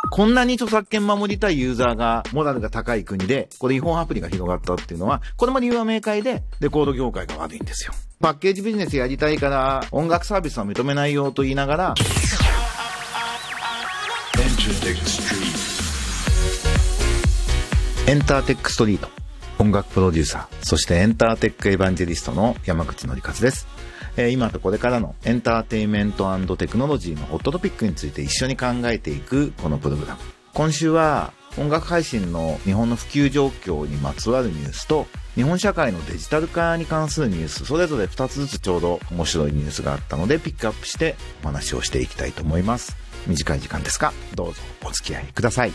こんなに著作権守りたいユーザーがモラルが高い国で、これ違法アプリが広がったっていうのは、これも理由は明快で、レコード業界が悪いんですよ。パッケージビジネスやりたいから音楽サービスは認めないよと言いながら、エンターテックストリート、音楽プロデューサー、そしてエンターテックエヴァンジェリストの山口紀一です。今とこれからのエンターテインメント&テクノロジーのホットトピックについて一緒に考えていくこのプログラム。今週は音楽配信の日本の普及状況にまつわるニュースと、日本社会のデジタル化に関するニュース、それぞれ2つずつちょうど面白いニュースがあったのでピックアップしてお話をしていきたいと思います。短い時間ですがどうぞお付き合いください。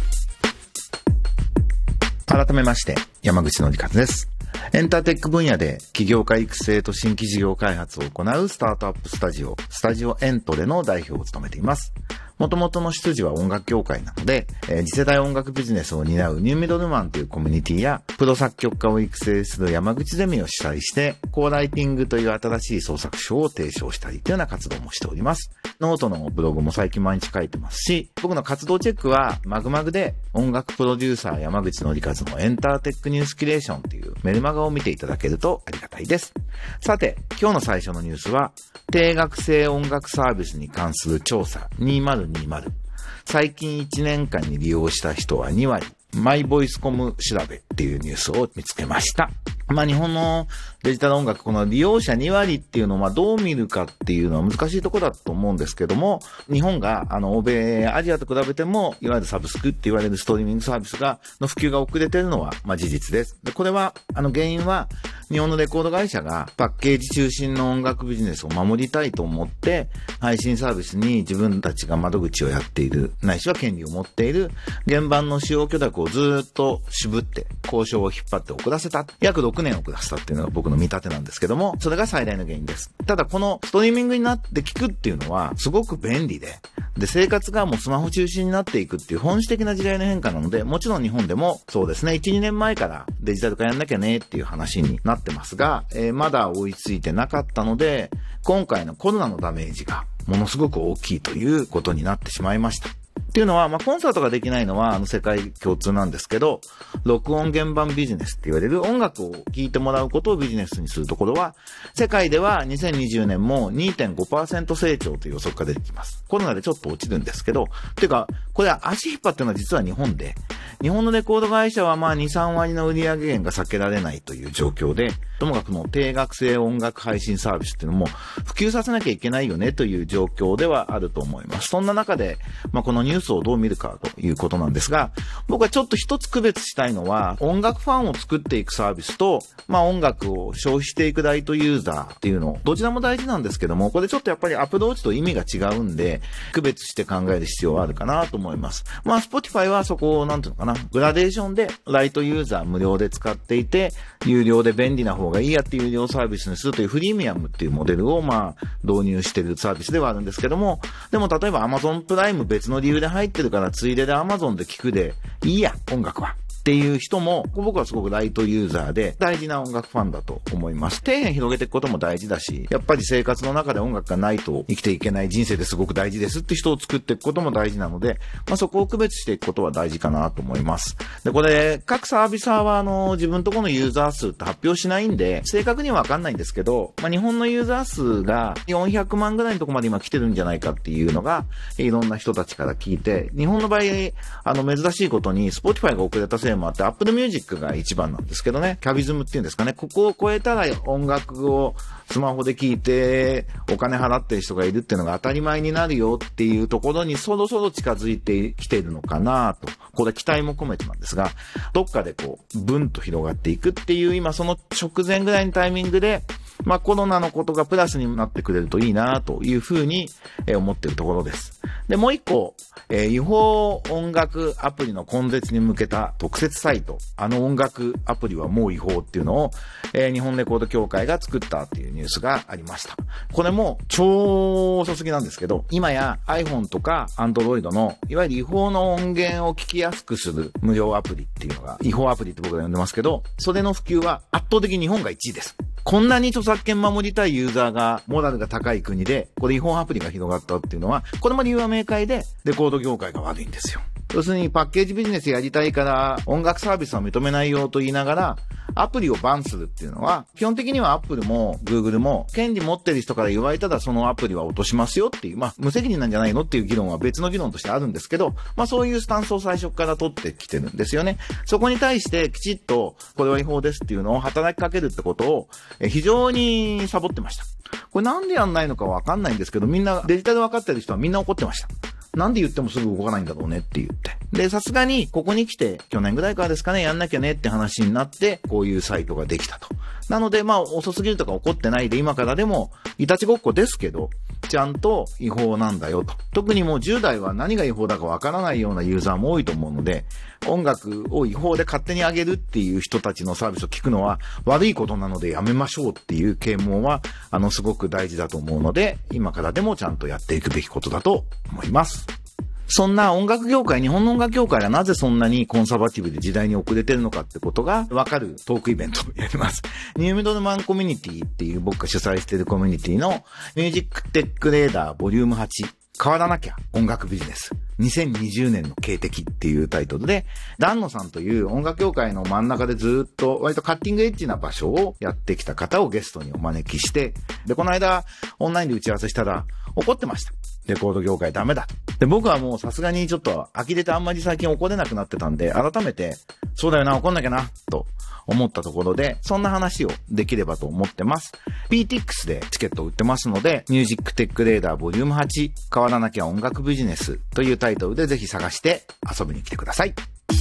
改めまして山口紀一です。エンターテック分野で起業家育成と新規事業開発を行うスタートアップスタジオエントレの代表を務めています。元々の出自は音楽業界なので、次世代音楽ビジネスを担うニューミドルマンというコミュニティや、プロ作曲家を育成する山口ゼミを主催して、コーライティングという新しい創作書を提唱したりというような活動もしております。ノートのブログも最近毎日書いてますし、僕の活動チェックはマグマグで音楽プロデューサー山口紀一のエンターテックニュースキュレーションというメルマガを見ていただけるとありがたいです。さて、今日の最初のニュースは、定額制音楽サービスに関する調査2020。最近1年間に利用した人は2割。マイボイスコム調べっていうニュースを見つけました。日本のデジタル音楽、この利用者2割っていうのをどう見るかっていうのは難しいところだと思うんですけども、日本が欧米、アジアと比べても、いわゆるサブスクって言われるストリーミングサービスの普及が遅れているのは事実です。で、これは原因は日本のレコード会社がパッケージ中心の音楽ビジネスを守りたいと思って配信サービスに自分たちが窓口をやっている、ないしは権利を持っている原版の使用許諾をずっと渋って交渉を引っ張って遅らせた。約6年遅らせたっていうのが僕の見立てなんですけども、それが最大の原因です。ただこのストリーミングになって聞くっていうのはすごく便利で、生活がもうスマホ中心になっていくっていう本質的な時代の変化なので、もちろん日本でもそうですね、1、2年前からデジタル化やんなきゃねっていう話になってますが、まだ追いついてなかったので、今回のコロナのダメージがものすごく大きいということになってしまいました。っていうのは、コンサートができないのは世界共通なんですけど、録音原版ビジネスって言われる音楽を聴いてもらうことをビジネスにするところは、世界では2020年も 2.5% 成長という予測が出てきます。コロナでちょっと落ちるんですけど、っていうか、これは足引っ張ってるのは実は日本で、日本のレコード会社は2、3割の売上減が避けられないという状況で、ともかくの定額制音楽配信サービスっていうのも普及させなきゃいけないよねという状況ではあると思います。そんな中で、このニュースをどう見るかということなんですが、僕はちょっと一つ区別したいのは、音楽ファンを作っていくサービスと、音楽を消費していくライトユーザーっていうの、どちらも大事なんですけども、これちょっとやっぱりアプローチと意味が違うんで、区別して考える必要はあるかなと思います。Spotify はそこをなんていうのかな、グラデーションでライトユーザー無料で使っていて、有料で便利な方がいいやっていう有料サービスにするというフリーミアムっていうモデルを導入しているサービスではあるんですけども、でも例えば Amazon プライム別の理由で入ってるからついでで Amazon で聞くでいいや、音楽は。っていう人も、僕はすごくライトユーザーで大事な音楽ファンだと思います。底辺広げていくことも大事だし、やっぱり生活の中で音楽がないと生きていけない人生ですごく大事ですって人を作っていくことも大事なので、そこを区別していくことは大事かなと思います。で、これ、各サービサーは自分とこのユーザー数って発表しないんで、正確にはわかんないんですけど、日本のユーザー数が400万ぐらいのところまで今来てるんじゃないかっていうのが、いろんな人たちから聞いて、日本の場合、珍しいことに Spotify が遅れたせいもあって、Apple Music が一番なんですけどね、キャビズムっていうんですかね、ここを超えたら音楽をスマホで聴いてお金払ってる人がいるっていうのが当たり前になるよっていうところにそろそろ近づいてきているのかなと、これ期待も込めてなんですが、どっかでブンと広がっていくっていう今その直前ぐらいのタイミングで、コロナのことがプラスになってくれるといいなというふうに思っているところです。で、もう一個、違法音楽アプリの根絶に向けた特設サイト、音楽アプリはもう違法っていうのを、日本レコード協会が作ったっていうニュースがありました。これも超遅すぎなんですけど、今や iPhone とか Android のいわゆる違法の音源を聞きやすくする無料アプリっていうのが、違法アプリって僕が呼んでますけど、それの普及は圧倒的に日本が1位です。 こんなに著作権守りたいユーザーが、モラルが高い国で、これ違法アプリが広がったっていうのは、これも理由は明快で、レコード業界が悪いんですよ。要するにパッケージビジネスやりたいから音楽サービスは認めないよと言いながらアプリをバンするっていうのは基本的にはアップルもグーグルも権利持ってる人から言われたらそのアプリは落としますよっていう、無責任なんじゃないのっていう議論は別の議論としてあるんですけど、そういうスタンスを最初から取ってきてるんですよね。そこに対してきちっとこれは違法ですっていうのを働きかけるってことを非常にサボってました。これなんでやんないのかわかんないんですけど、みんなデジタル分かってる人はみんな怒ってました。なんで言ってもすぐ動かないんだろうねって言って。で、さすがにここに来て去年ぐらいからですかね、やんなきゃねって話になってこういうサイトができたと。なので遅すぎるとか怒ってないで今からでもいたちごっこですけどちゃんと違法なんだよと。特にもう10代は何が違法だかわからないようなユーザーも多いと思うので、音楽を違法で勝手に上げるっていう人たちのサービスを聞くのは悪いことなのでやめましょうっていう啓蒙はすごく大事だと思うので、今からでもちゃんとやっていくべきことだと思います。そんな音楽業界、日本の音楽業界がなぜそんなにコンサバティブで時代に遅れてるのかってことがわかるトークイベントをやります。ニューミドルマンコミュニティっていう僕が主催しているコミュニティのミュージックテックレーダーボリューム8、変わらなきゃ音楽ビジネス2020年の警笛っていうタイトルで、丹野さんという音楽業界の真ん中でずっと割とカッティングエッジな場所をやってきた方をゲストにお招きして、で、この間オンラインで打ち合わせしたら怒ってました。レコード業界ダメだ。で、僕はもうさすがにちょっと呆れてあんまり最近怒れなくなってたんで、改めて、そうだよな、怒んなきゃな、と思ったところで、そんな話をできればと思ってます。PTX でチケットを売ってますので、ミュージックテックレーダーボリューム8、変わらなきゃ音楽ビジネスというタイトルでぜひ探して遊びに来てください。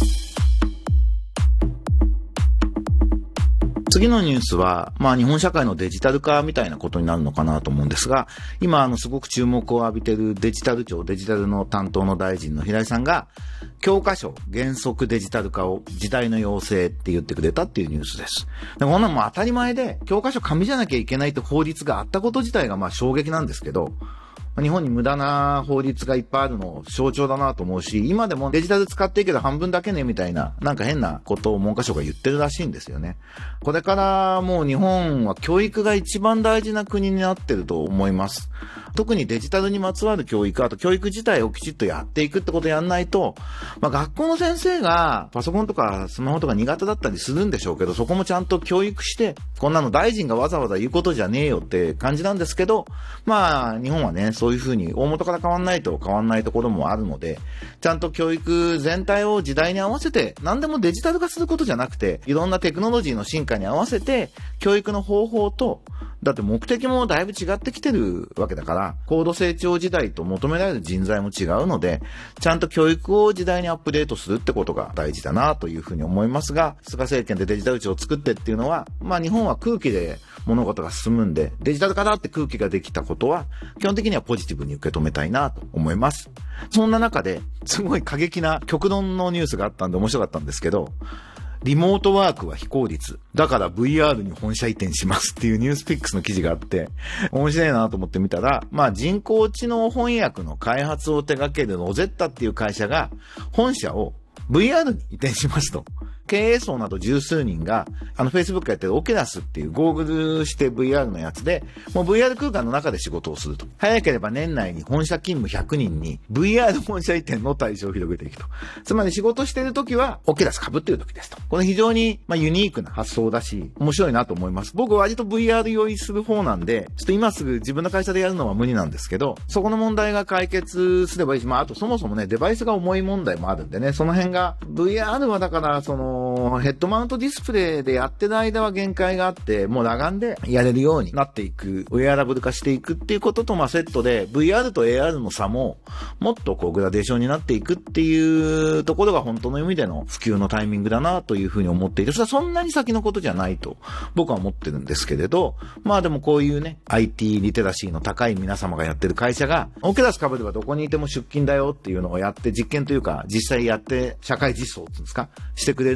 次のニュースは、日本社会のデジタル化みたいなことになるのかなと思うんですが、今すごく注目を浴びているデジタル庁、デジタルの担当の大臣の平井さんが、教科書原則デジタル化を時代の要請って言ってくれたっていうニュースです。でこんなのも当たり前で、教科書紙じゃなきゃいけないって法律があったこと自体が衝撃なんですけど、日本に無駄な法律がいっぱいあるの象徴だなと思うし、今でもデジタル使っていいけど半分だけねみたいな、なんか変なことを文科省が言ってるらしいんですよね。これからもう日本は教育が一番大事な国になってると思います。特にデジタルにまつわる教育、あと教育自体をきちっとやっていくってことをやんないと、学校の先生がパソコンとかスマホとか苦手だったりするんでしょうけど、そこもちゃんと教育して、こんなの大臣がわざわざ言うことじゃねえよって感じなんですけど、日本はね、そういうふうに大元から変わんないと変わんないところもあるので、ちゃんと教育全体を時代に合わせて、何でもデジタル化することじゃなくて、いろんなテクノロジーの進化に合わせて、教育の方法と、だって目的もだいぶ違ってきてるわけだから、高度成長時代と求められる人材も違うので、ちゃんと教育を時代にアップデートするってことが大事だなというふうに思いますが、菅政権でデジタル庁を作ってっていうのは、日本は空気で物事が進むんで、デジタル化だって空気ができたことは、基本的にはポジティブに受け止めたいなと思います。そんな中で、すごい過激な極論のニュースがあったんで面白かったんですけど、リモートワークは非効率。だから VR に本社移転しますっていうニュースピックスの記事があって、面白いなと思ってみたら、人工知能翻訳の開発を手掛けるロゼッタっていう会社が、本社を VR に移転しますと。経営層など十数人が、Facebook がやってるオケラスっていうゴーグルして VR のやつで、もう VR 空間の中で仕事をすると。早ければ年内に本社勤務100人に VR 本社移転の対象を広げていくと。つまり仕事してるときはオケラス被ってるときですと。これ非常にユニークな発想だし、面白いなと思います。僕割と VR 用意する方なんで、ちょっと今すぐ自分の会社でやるのは無理なんですけど、そこの問題が解決すればいいし、あとそもそもね、デバイスが重い問題もあるんでね、その辺が、VR はだからヘッドマウントディスプレイでやってる間は限界があって、もう裸眼でやれるようになっていく、ウェアラブル化していくっていうこととセットで、VR と AR の差も、もっとグラデーションになっていくっていうところが本当の意味での普及のタイミングだなというふうに思っていて、それはそんなに先のことじゃないと僕は思ってるんですけれど、でもこういうね、IT リテラシーの高い皆様がやってる会社が、オケラス被ればどこにいても出勤だよっていうのをやって実験というか、実際やって社会実装っていうんですか、してくれるの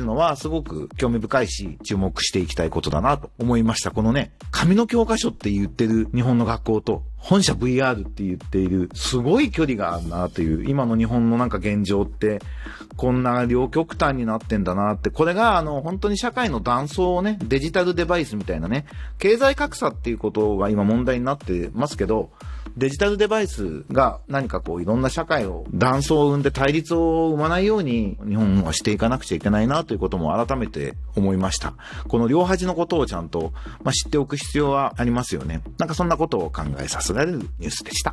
のはすごく興味深いし、注目していきたいことだなと思いました。このね、紙の教科書って言ってる日本の学校と、本社 VR って言っている、すごい距離があるなという、今の日本のなんか現状って、こんな両極端になってんだなって、これが本当に社会の断層をね、デジタルデバイスみたいなね、経済格差っていうことが今問題になってますけど、デジタルデバイスが何かこういろんな社会を断層を生んで対立を生まないように日本はしていかなくちゃいけないなということも改めて思いました。この両端のことをちゃんと、知っておく必要はありますよね。なんかそんなことを考えさせられるニュースでした。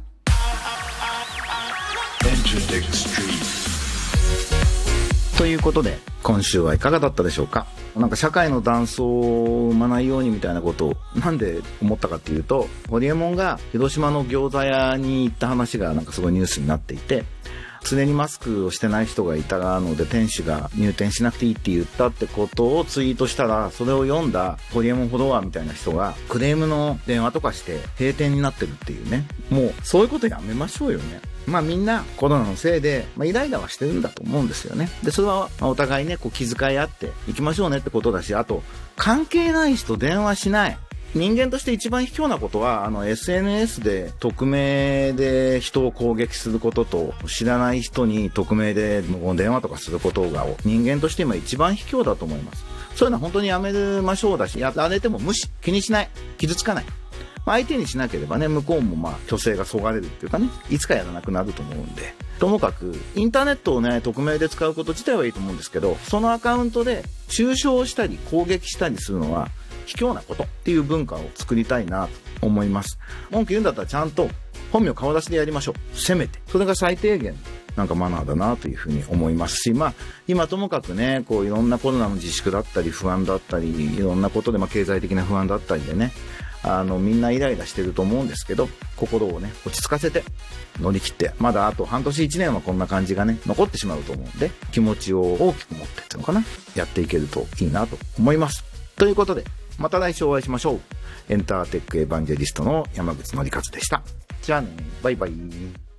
ということで今週はいかがだったでしょうか。なんか社会の断層を生まないようにみたいなことをなんで思ったかっていうと、ホリエモンが広島の餃子屋に行った話がなんかすごいニュースになっていて、常にマスクをしてない人がいたので店主が入店しなくていいって言ったってことをツイートしたら、それを読んだホリエモンフォロワーみたいな人がクレームの電話とかして閉店になってるっていうね。もうそういうことやめましょうよね。みんなコロナのせいで、イライラはしてるんだと思うんですよね。で、それはお互いね、こう気遣い合っていきましょうねってことだし、あと、関係ない人電話しない。人間として一番卑怯なことは、SNS で匿名で人を攻撃することと、知らない人に匿名で電話とかすることが、人間として今一番卑怯だと思います。そういうのは本当にやめましょうだし、やられても無視、気にしない、傷つかない。相手にしなければね、向こうも虚勢がそがれるっていうかね、いつかやらなくなると思うんで。ともかく、インターネットをね、匿名で使うこと自体はいいと思うんですけど、そのアカウントで中傷したり攻撃したりするのは、卑怯なことっていう文化を作りたいなと思います。文句言うんだったらちゃんと本名顔出しでやりましょう。せめて。それが最低限なんかマナーだなというふうに思いますし、今ともかくね、こういろんなコロナの自粛だったり不安だったり、いろんなことで経済的な不安だったりでね、みんなイライラしてると思うんですけど、心をね、落ち着かせて乗り切って、まだあと半年1年はこんな感じがね、残ってしまうと思うんで、気持ちを大きく持ってっていうのかな、やっていけるといいなと思います。ということで、また来週お会いしましょう。エンターテックエヴァンジェリストの山口のりかつでした。じゃあね、バイバイ。